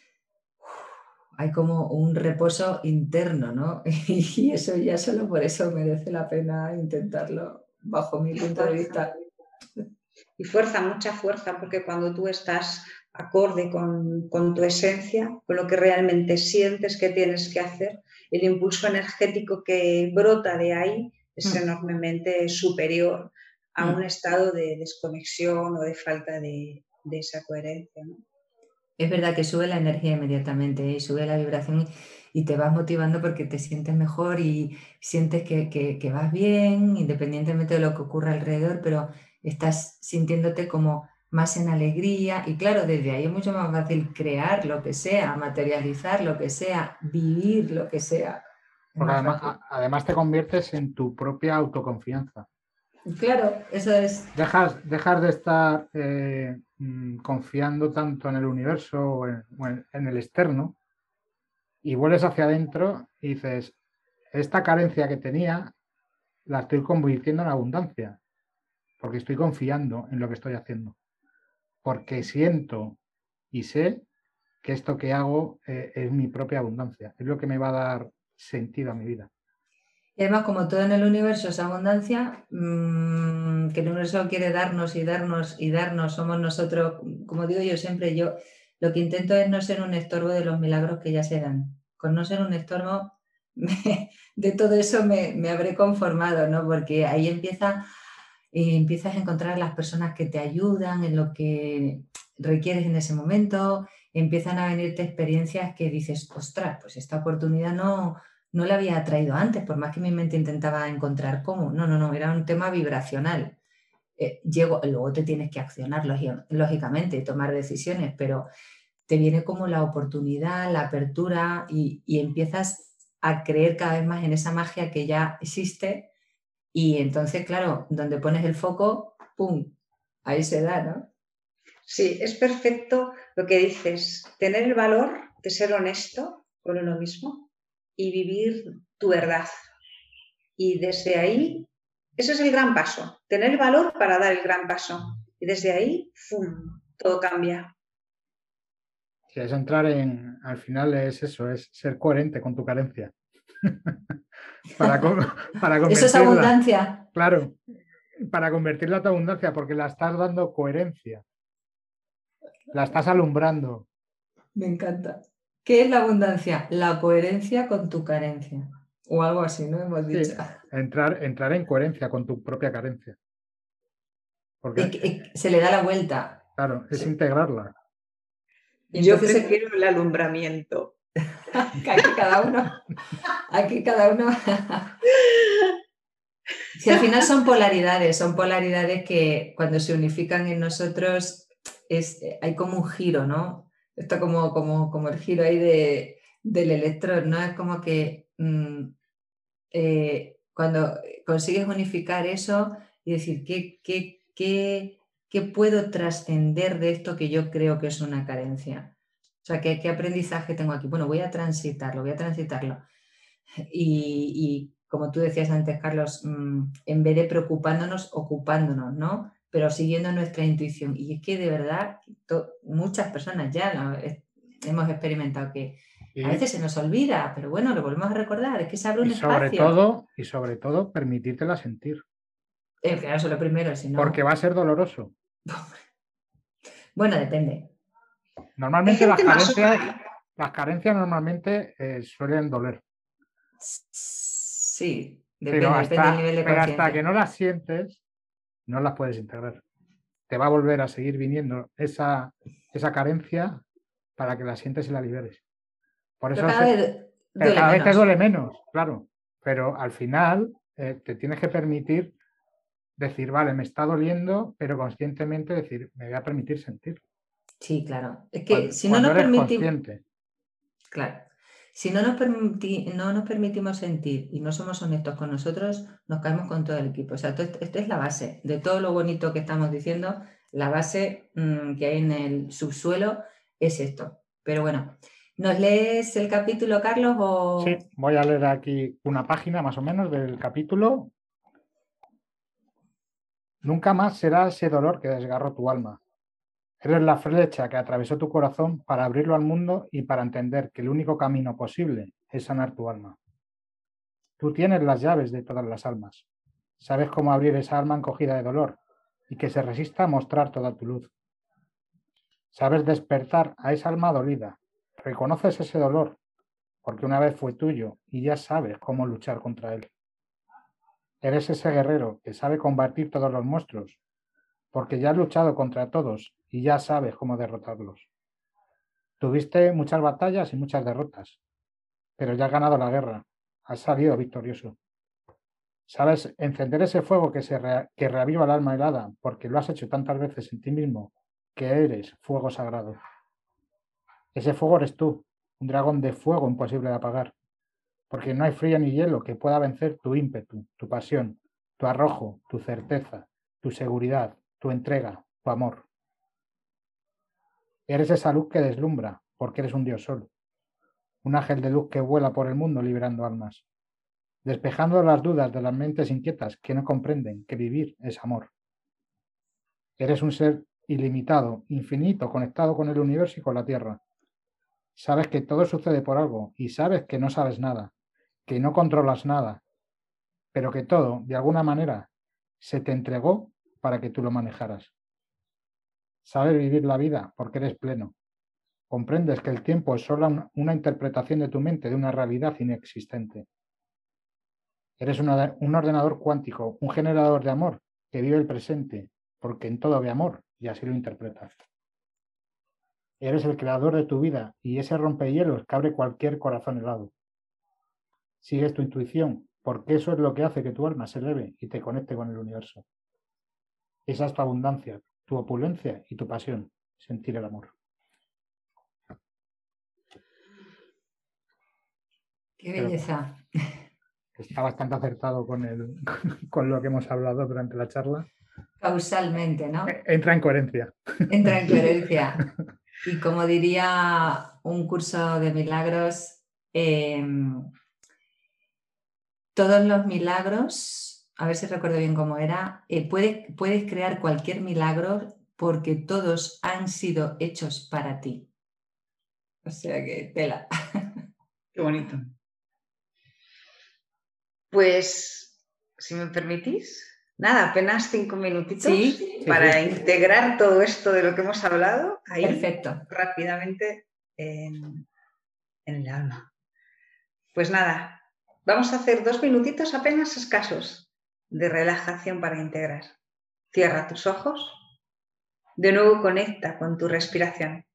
Hay como un reposo interno, ¿no? Y eso ya solo por eso merece la pena intentarlo, bajo mi punto de vista. Y fuerza, mucha fuerza, porque cuando tú estás acorde con tu esencia, con lo que realmente sientes que tienes que hacer, el impulso energético que brota de ahí es enormemente superior a un estado de desconexión o de falta de esa coherencia, ¿no? Es verdad que sube la energía inmediatamente y sube la vibración y te vas motivando porque te sientes mejor y sientes que vas bien, independientemente de lo que ocurra alrededor, pero estás sintiéndote como más en alegría y claro, desde ahí es mucho más fácil crear lo que sea, materializar lo que sea, vivir lo que sea. Porque además te conviertes en tu propia autoconfianza. Claro, eso es. Dejas de estar confiando tanto en el universo o en el externo y vuelves hacia adentro y dices, esta carencia que tenía la estoy convirtiendo en abundancia porque estoy confiando en lo que estoy haciendo. Porque siento y sé que esto que hago es mi propia abundancia, es lo que me va a dar sentido a mi vida. Y además, como todo en el universo es abundancia, que el universo quiere darnos y darnos y darnos, somos nosotros, como digo yo siempre, yo lo que intento es no ser un estorbo de los milagros que ya se dan. Con no ser un estorbo, de todo eso me habré conformado, ¿no? Porque ahí empiezas a encontrar las personas que te ayudan en lo que requieres en ese momento, empiezan a venirte experiencias que dices, ostras, pues esta oportunidad no la había traído antes, por más que mi mente intentaba encontrar cómo. No, era un tema vibracional. Luego te tienes que accionar, lógicamente, y tomar decisiones, pero te viene como la oportunidad, la apertura y empiezas a creer cada vez más en esa magia que ya existe y entonces, claro, donde pones el foco, ¡pum!, ahí se da, ¿no? Sí, es perfecto lo que dices, tener el valor de ser honesto con uno mismo y vivir tu verdad. Y desde ahí, ese es el gran paso, tener el valor para dar el gran paso. Y desde ahí, ¡fum!, todo cambia. Si es entrar al final es eso, es ser coherente con tu carencia. para convertirla, eso es abundancia. Claro, para convertirla a tu abundancia, porque la estás dando coherencia. La estás alumbrando. Me encanta. ¿Qué es la abundancia? La coherencia con tu carencia. o algo así, ¿no? Hemos Sí, dicho. entrar en coherencia con tu propia carencia. Porque, Se le da la vuelta. claro, es integrarla. Yo prefiero el alumbramiento. Aquí cada uno. Si al final son polaridades que cuando se unifican en nosotros hay como un giro, ¿no? Esto como el giro ahí del electrón, ¿no? Es como que cuando consigues unificar eso y decir, ¿qué puedo trascender de esto que yo creo que es una carencia? O sea, ¿qué aprendizaje tengo aquí? Bueno, voy a transitarlo. Y como tú decías antes, Carlos, en vez de preocupándonos, ocupándonos, ¿no? Pero siguiendo nuestra intuición. Y es que de verdad, muchas personas ya hemos experimentado que a veces se nos olvida, pero bueno, lo volvemos a recordar, es que se abre un espacio. Y sobre todo, permitírtela sentir. Claro, eso es lo primero, si no... Porque va a ser doloroso. Bueno, depende. Normalmente las carencias normalmente suelen doler. Sí, depende del nivel de conciencia. Pero hasta que no las sientes, no las puedes integrar. Te va a volver a seguir viniendo esa carencia para que la sientes y la liberes. Por eso cada vez te duele menos, claro. Pero al final te tienes que permitir decir, vale, me está doliendo, pero conscientemente decir, me voy a permitir sentir. Sí, claro. Es que si no nos permitimos... Claro. Si no nos permitimos sentir y no somos honestos con nosotros, nos caemos con todo el equipo. O sea, esto es la base de todo lo bonito que estamos diciendo. La base que hay en el subsuelo es esto. Pero bueno, ¿nos lees el capítulo, Carlos? O... Sí, voy a leer aquí una página más o menos del capítulo. Nunca más será ese dolor que desgarró tu alma. Eres la flecha que atravesó tu corazón para abrirlo al mundo y para entender que el único camino posible es sanar tu alma. Tú tienes las llaves de todas las almas. Sabes cómo abrir esa alma encogida de dolor y que se resista a mostrar toda tu luz. Sabes despertar a esa alma dolida. Reconoces ese dolor porque una vez fue tuyo y ya sabes cómo luchar contra él. Eres ese guerrero que sabe combatir todos los monstruos porque ya has luchado contra todos y ya sabes cómo derrotarlos. Tuviste muchas batallas y muchas derrotas, pero ya has ganado la guerra, has salido victorioso. Sabes encender ese fuego que reaviva el alma helada, porque lo has hecho tantas veces en ti mismo, que eres fuego sagrado. Ese fuego eres tú, un dragón de fuego imposible de apagar, porque no hay frío ni hielo que pueda vencer tu ímpetu, tu pasión, tu arrojo, tu certeza, tu seguridad, tu entrega, tu amor. Eres esa luz que deslumbra, porque eres un dios sol. Un ángel de luz que vuela por el mundo liberando almas, despejando las dudas de las mentes inquietas que no comprenden que vivir es amor. Eres un ser ilimitado, infinito, conectado con el universo y con la Tierra. Sabes que todo sucede por algo y sabes que no sabes nada, que no controlas nada, pero que todo, de alguna manera, se te entregó para que tú lo manejaras. Sabes vivir la vida porque eres pleno. Comprendes que el tiempo es solo una interpretación de tu mente de una realidad inexistente. Eres un ordenador cuántico, un generador de amor que vive el presente, porque en todo ve amor y así lo interpretas. Eres el creador de tu vida y ese rompehielos que abre cualquier corazón helado. Sigues tu intuición, porque eso es lo que hace que tu alma se eleve y te conecte con el universo. Esa es tu abundancia, tu opulencia y tu pasión, sentir el amor. ¡Qué belleza! Está bastante acertado con lo que hemos hablado durante la charla. Causalmente, ¿no? Entra en coherencia. Entra en coherencia. Y como diría un curso de milagros, todos los milagros, a ver si recuerdo bien cómo era, puedes crear cualquier milagro porque todos han sido hechos para ti. O sea que tela. Qué bonito. Pues, si me permitís, nada, apenas 5 minutitos para integrar todo esto de lo que hemos hablado ahí. Perfecto. Rápidamente en el alma. Pues nada, Vamos a hacer 2 minutitos apenas escasos de relajación para integrar. Cierra tus ojos. De nuevo conecta con tu respiración.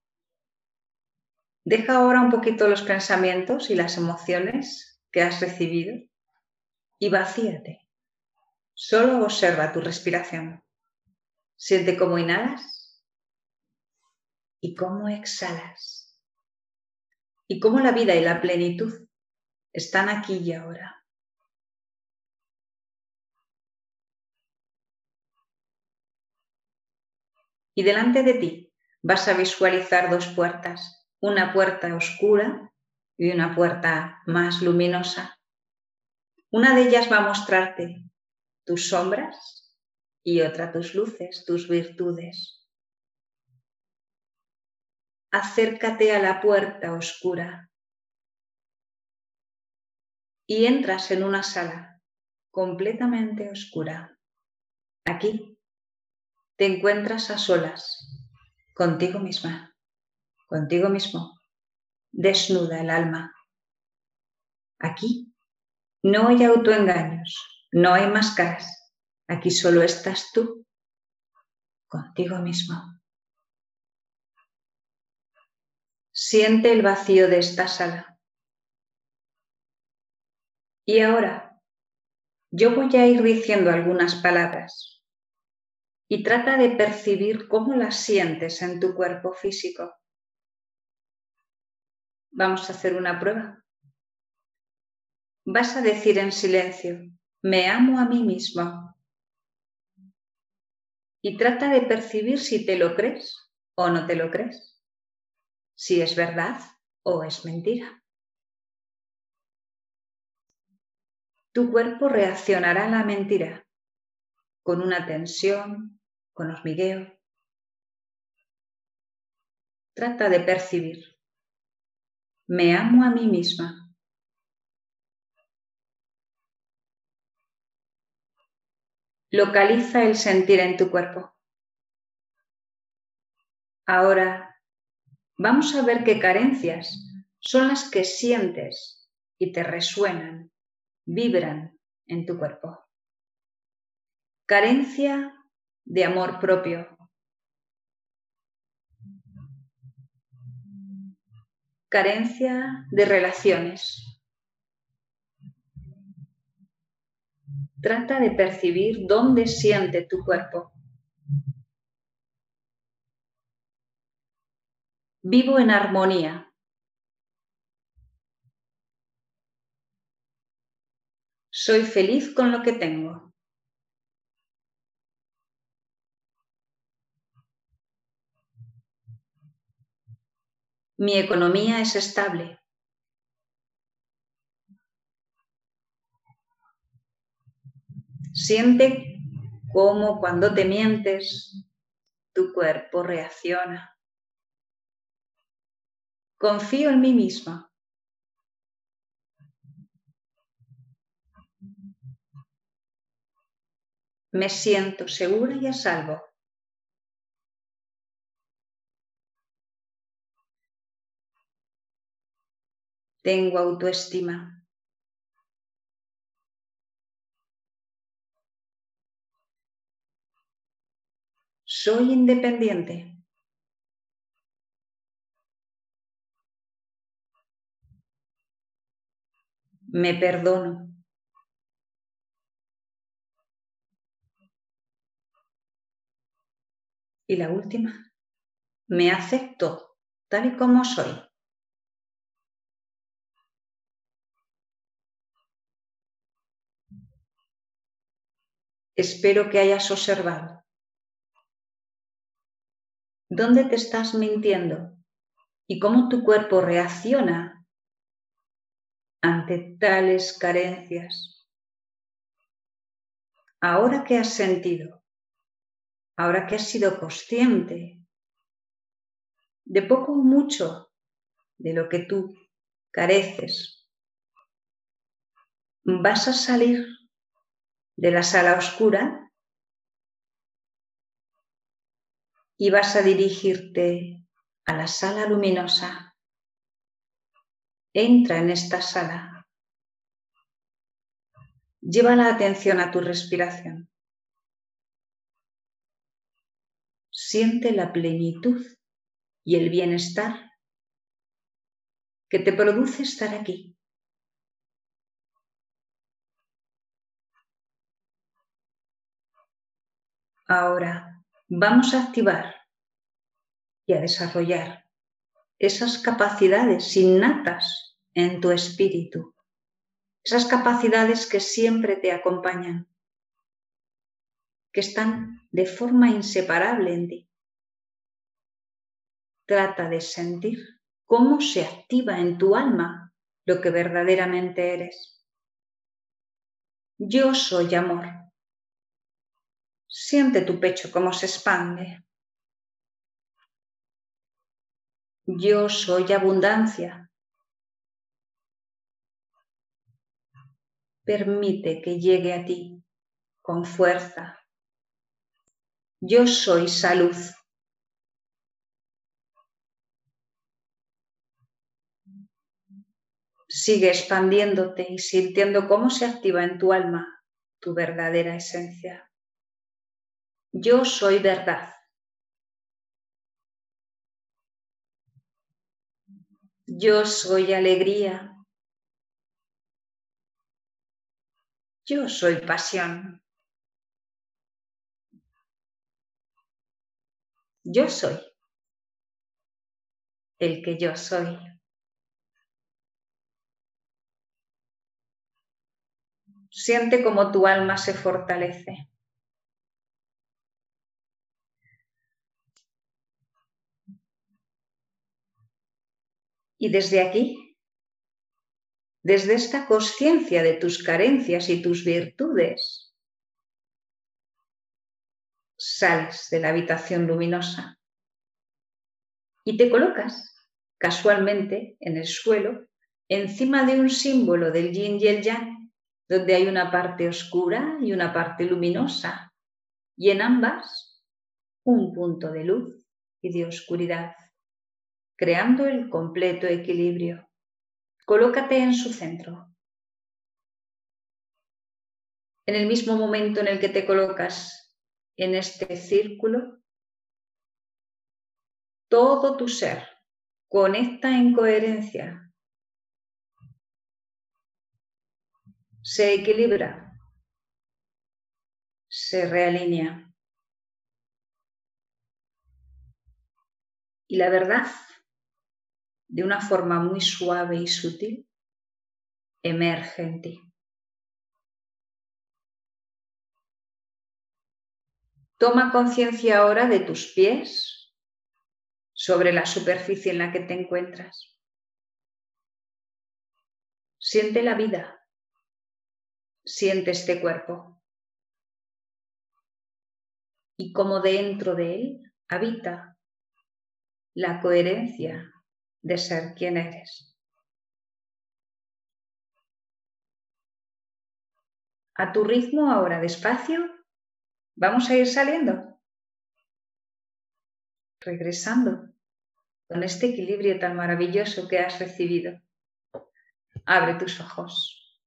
Deja ahora un poquito los pensamientos y las emociones que has recibido y vacíate. Solo observa tu respiración. Siente cómo inhalas y cómo exhalas. Y cómo la vida y la plenitud están aquí y ahora. Y delante de ti vas a visualizar 2 puertas, una puerta oscura y una puerta más luminosa. Una de ellas va a mostrarte tus sombras y otra tus luces, tus virtudes. Acércate a la puerta oscura y entras en una sala completamente oscura. Aquí te encuentras a solas, contigo misma, contigo mismo, desnuda el alma. Aquí no hay autoengaños, no hay máscaras. Aquí solo estás tú, contigo mismo. Siente el vacío de esta sala. Y ahora, yo voy a ir diciendo algunas palabras y trata de percibir cómo las sientes en tu cuerpo físico. Vamos a hacer una prueba. Vas a decir en silencio, me amo a mí mismo. Y trata de percibir si te lo crees o no te lo crees. Si es verdad o es mentira. Tu cuerpo reaccionará a la mentira con una tensión, con hormigueo. Trata de percibir. Me amo a mí misma. Localiza el sentir en tu cuerpo. Ahora vamos a ver qué carencias son las que sientes y te resuenan, vibran en tu cuerpo. Carencia de amor propio. Carencia de relaciones. Trata de percibir dónde siente tu cuerpo. Vivo en armonía. Soy feliz con lo que tengo. Mi economía es estable. Siente cómo cuando te mientes, tu cuerpo reacciona. Confío en mí misma. Me siento segura y a salvo. Tengo autoestima. Soy independiente. Me perdono. Y la última, me acepto tal y como soy. Espero que hayas observado. ¿Dónde te estás mintiendo? ¿Y cómo tu cuerpo reacciona ante tales carencias? Ahora que has sentido, ahora que has sido consciente de poco o mucho de lo que tú careces, vas a salir de la sala oscura y vas a dirigirte a la sala luminosa. Entra en esta sala Lleva la atención a tu respiración. Siente la plenitud y el bienestar que te produce estar aquí. Ahora vamos a activar y a desarrollar esas capacidades innatas en tu espíritu, esas capacidades que siempre te acompañan, que están de forma inseparable en ti. Trata de sentir cómo se activa en tu alma lo que verdaderamente eres. Yo soy amor. Siente tu pecho cómo se expande. Yo soy abundancia. Permite que llegue a ti con fuerza. Yo soy salud. Sigue expandiéndote y sintiendo cómo se activa en tu alma tu verdadera esencia. Yo soy verdad. Yo soy alegría. Yo soy pasión. Yo soy el que yo soy. Siente cómo tu alma se fortalece. Y desde aquí, desde esta conciencia de tus carencias y tus virtudes, sales de la habitación luminosa y te colocas casualmente en el suelo encima de un símbolo del yin y el yang, donde hay una parte oscura y una parte luminosa, y en ambas un punto de luz y de oscuridad, creando el completo equilibrio. Colócate en su centro. En el mismo momento en el que te colocas en este círculo, todo tu ser conecta en coherencia, se equilibra, se realinea. Y la verdad, de una forma muy suave y sutil, emerge en ti. Toma conciencia ahora de tus pies sobre la superficie en la que te encuentras. Siente la vida, siente este cuerpo y cómo dentro de él habita la coherencia de ser quien eres. A tu ritmo ahora, despacio, vamos a ir saliendo, regresando con este equilibrio tan maravilloso que has recibido. Abre tus ojos.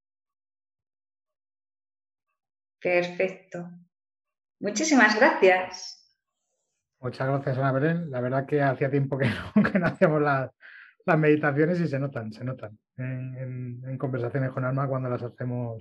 Perfecto. Muchísimas gracias. Muchas gracias, Ana Belén. La verdad que hacía tiempo que no hacíamos las meditaciones y se notan en conversaciones con Alma cuando las hacemos,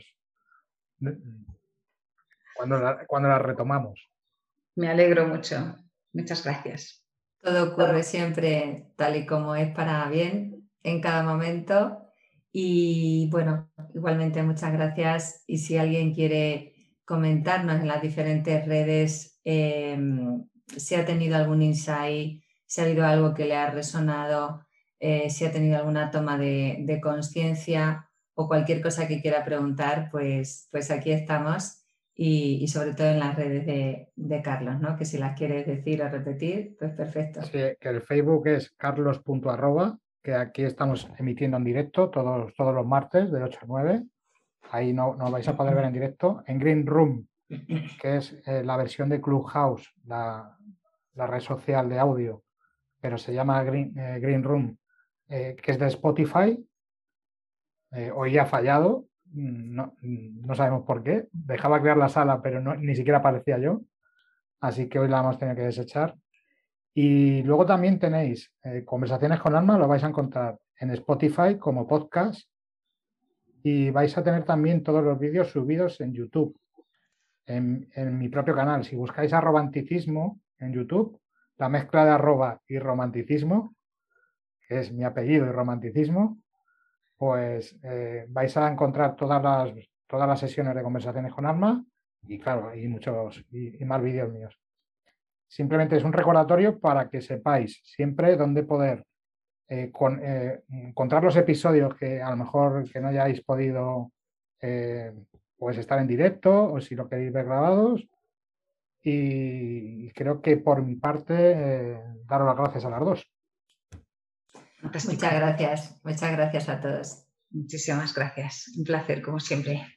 cuando las retomamos. Me alegro mucho. Muchas gracias. Todo ocurre siempre tal y como es para bien en cada momento. Y bueno, igualmente muchas gracias. Y si alguien quiere comentarnos en las diferentes redes si ha tenido algún insight, si ha habido algo que le ha resonado, si ha tenido alguna toma de conciencia o cualquier cosa que quiera preguntar, pues aquí estamos. Y sobre todo en las redes de Carlos, ¿no? Que si las quieres decir o repetir, pues perfecto. Sí, que el Facebook es carlos.arroba, que aquí estamos emitiendo en directo todos los martes de 8 a 9. Ahí no vais a poder ver en directo. En Green Room, que es la versión de Clubhouse, la red social de audio, pero se llama Green Room, que es de Spotify. Hoy ha fallado, no sabemos por qué. Dejaba crear la sala, pero ni siquiera aparecía yo. Así que hoy la hemos tenido que desechar. Y luego también tenéis Conversaciones con Alma, lo vais a encontrar en Spotify como podcast. Y vais a tener también todos los vídeos subidos en YouTube, en mi propio canal. Si buscáis arrobanticismo en YouTube, la mezcla de arroba y romanticismo, que es mi apellido y romanticismo, pues vais a encontrar todas las sesiones de Conversaciones con Alma y claro, y muchos y más vídeos míos. Simplemente es un recordatorio para que sepáis siempre dónde poder encontrar los episodios que a lo mejor que no hayáis podido pues estar en directo o si lo queréis ver grabados. Y creo que por mi parte daros las gracias a las dos. Muchas gracias a todos. Muchísimas gracias. Un placer, como siempre.